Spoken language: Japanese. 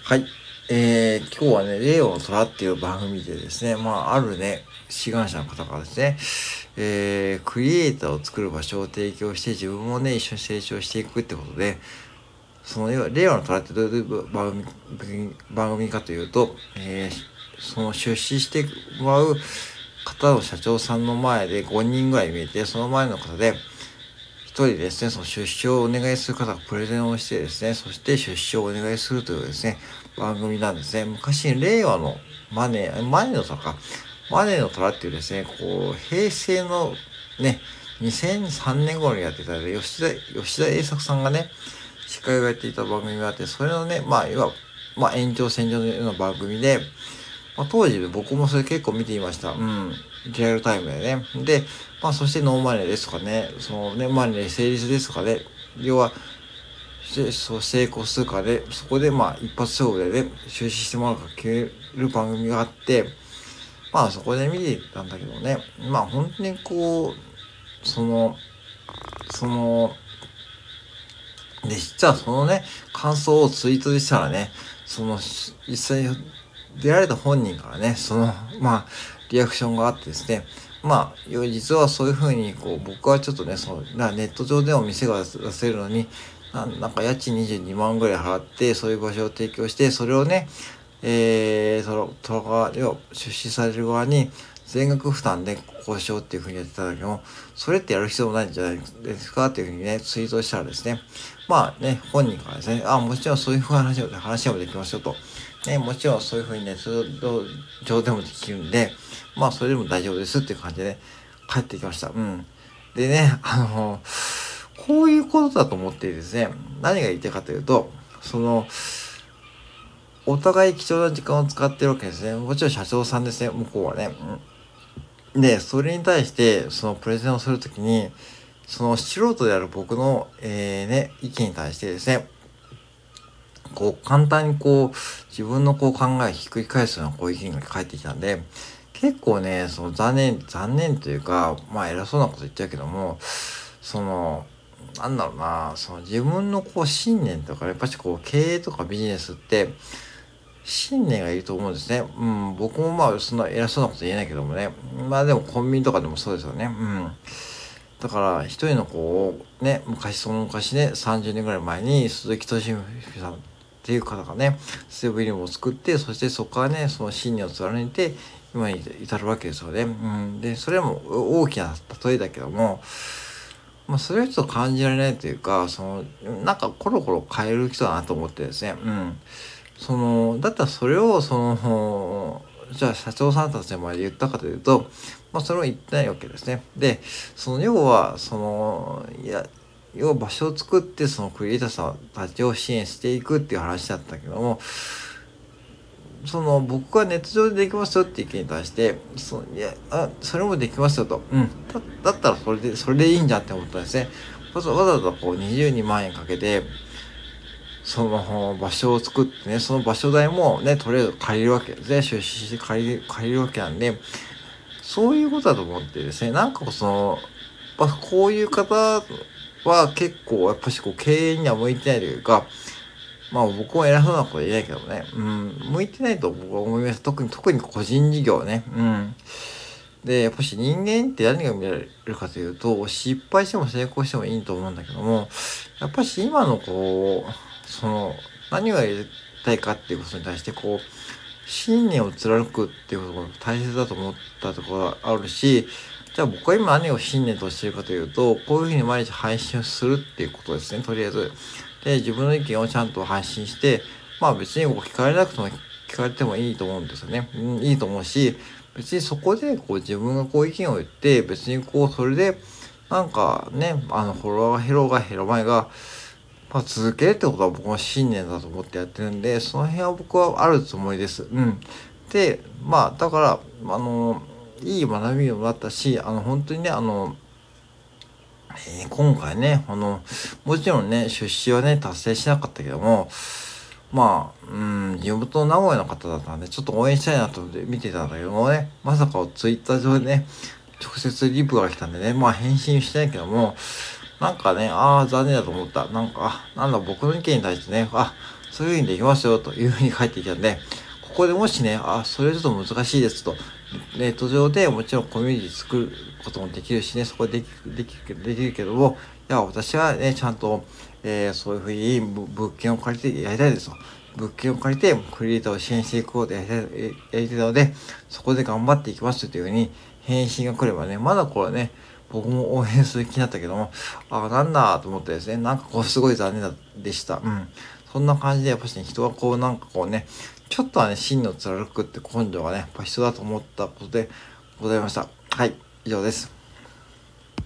はい。今日はね、令和の虎っていう番組でですね、あるね、志願者の方がですね、クリエイターを作る場所を提供して、自分もね、一緒に成長していくってことで、その、要は令和の虎ってどういう番組かというと、その出資してもらう方の社長さんの前で5人ぐらい見えて、その前の方で、一人ですね、その出資をお願いする方がプレゼンをしてですね、そして出資をお願いするというですね、番組なんですね。昔、令和のマネーの虎か。マネーの虎っていうですね、平成のね、2003年頃にやっていた吉田栄作さんがね、司会をやっていた番組があって、それのね、いわば、延長線上のような番組で、当時僕もそれ結構見ていました。リアルタイムでね。で、そしてノーマネーですとかね、そのね、マネー成立ですとかね、要は、そう成功するかで、そこで一発勝負でね、出資してもらうか決める番組があって、そこで見ていたんだけどね、本当にその、その、実はそのね、感想をツイートでしたらね、実際出られた本人からね、リアクションがあってですね、実はそういうふうに、僕はちょっとね、ネット上でも店が出せるのに、なんか家賃22万ぐらい払って、そういう場所を提供して、それをね、トラ側では出資される側に全額負担で交渉っていうふうにやってたんだけども、それってやる必要もないんじゃないですかっていうふうにね、ツイートしたらですね、本人からですね、もちろんそういう話もできますよと。ね、もちろんそういうふうにね、上でもできるんで、それでも大丈夫ですっていう感じでね、帰ってきました。でね、こういうことだと思ってですね、何が言いたいかというと、お互い貴重な時間を使ってるわけですね。もちろん社長さんですね、向こうはね。で、それに対して、そのプレゼンをするときに、その素人である僕の、意見に対してですね、簡単に自分の考えをひっくり返すような意見が返ってきたんで、結構ね、残念というか、偉そうなこと言っちゃうけども、なんだろうな、自分の信念とか、やっぱし経営とかビジネスって、信念がいると思うんですね。僕もそんな偉そうなこと言えないけどもね。でもコンビニとかでもそうですよね。だから、一人のね、その昔ね、30年ぐらい前に鈴木敏文さんっていう方がね、セブンイレブンを作って、そしてそこからね、その信念を貫いて、今に至るわけですよね。で、それも大きな例えだけども、それはちょっと感じられないというか、なんかコロコロ変える人だなと思ってですね。だったらそれを、じゃあ社長さんたちまで言ったかというと、それを言ってないわけですね。で、要は場所を作って、そのクリエイターさんたちを支援していくっていう話だったけども、僕がネット上でできますよって意見に対して、それもできますよと。だったらそれでいいんじゃんって思ったんですね。わざわざ22万円かけて、その場所を作ってね、その場所代もね、とりあえず借りるわけですね。出資して借りるわけなんで、そういうことだと思ってですね、なんかこういう方は結構、やっぱし経営には向いてないというか、僕も偉そうなことは言えないけどもね、向いてないと僕は思います。特に個人事業ね、で、やっぱし人間って何が見られるかというと、失敗しても成功してもいいと思うんだけども、やっぱし今の何をやりたいかっていうことに対して信念を貫くっていうことが大切だと思ったところがあるし、じゃあ僕は今何を信念としているかというと、こういうふうに毎日配信するっていうことですね、とりあえず。で、自分の意見をちゃんと配信して、別に聞かれなくても聞かれてもいいと思うんですよね。いいと思うし、別にそこで自分が意見を言って、別にそれで、なんかね、フォロワーが減ろうが減らないが、続けるってことは僕の信念だと思ってやってるんで、その辺は僕はあるつもりです。で、だから、いい学びをもらったし、本当にね、今回ね、もちろんね、出資はね、達成しなかったけども、地元の名古屋の方だったんで、ちょっと応援したいなと思って見てたんだけどもね、まさかツイッター上でね、直接リプが来たんでね、返信してないけども、なんかね、残念だと思った。なんか、なんだ、僕の意見に対してね、 そういう風にできますよという風に書いていたんで、ここでもしね、それちょっと難しいですと。ネット上でもちろんコミュニティ作ることもできるしね、そこでできるけども、いや、私はね、ちゃんと、そういう風に物件を借りてやりたいですと。物件を借りてクリエイターを支援していこうとやりたいので、そこで頑張っていきますという風に返信が来ればね、まだこれね、僕も応援する気になったけども、なんだと思ってですね、なんかこうすごい残念でした。うん。そんな感じで、やっぱしね、人はこうなんかこうね、ちょっとはね、芯の貫くって根性がね、やっぱ必要だと思ったことでございました。はい、以上です。